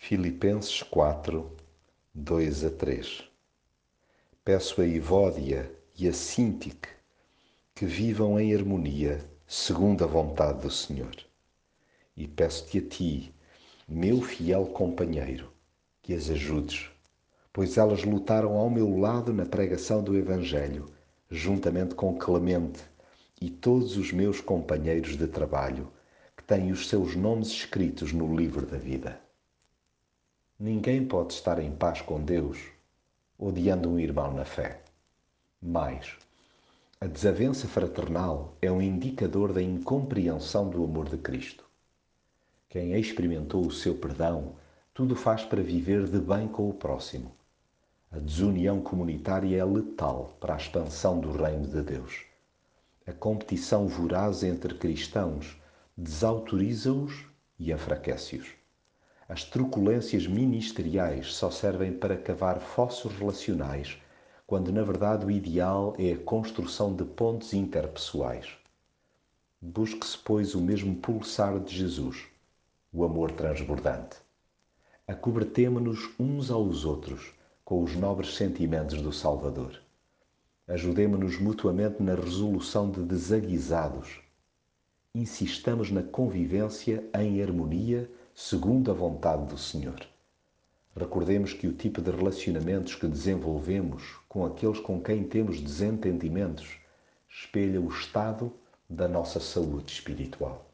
Filipenses 4, 2 a 3. Peço a Evódia e a Síntique que vivam em harmonia, segundo a vontade do Senhor. E peço-te a ti, meu fiel companheiro, que as ajudes, pois elas lutaram ao meu lado na pregação do Evangelho, juntamente com Clemente e todos os meus companheiros de trabalho, que têm os seus nomes escritos no livro da vida. Ninguém pode estar em paz com Deus odiando um irmão na fé. Mas a desavença fraternal é um indicador da incompreensão do amor de Cristo. Quem experimentou o seu perdão, tudo faz para viver de bem com o próximo. A desunião comunitária é letal para a expansão do reino de Deus. A competição voraz entre cristãos desautoriza-os e enfraquece-os. As truculências ministeriais só servem para cavar fossos relacionais, quando na verdade o ideal é a construção de pontes interpessoais. Busque-se, pois, o mesmo pulsar de Jesus, o amor transbordante. Acobertemo-nos uns aos outros com os nobres sentimentos do Salvador. Ajudemo-nos mutuamente na resolução de desaguisados. Insistamos na convivência em harmonia segundo a vontade do Senhor. Recordemos que o tipo de relacionamentos que desenvolvemos com aqueles com quem temos desentendimentos espelha o estado da nossa saúde espiritual.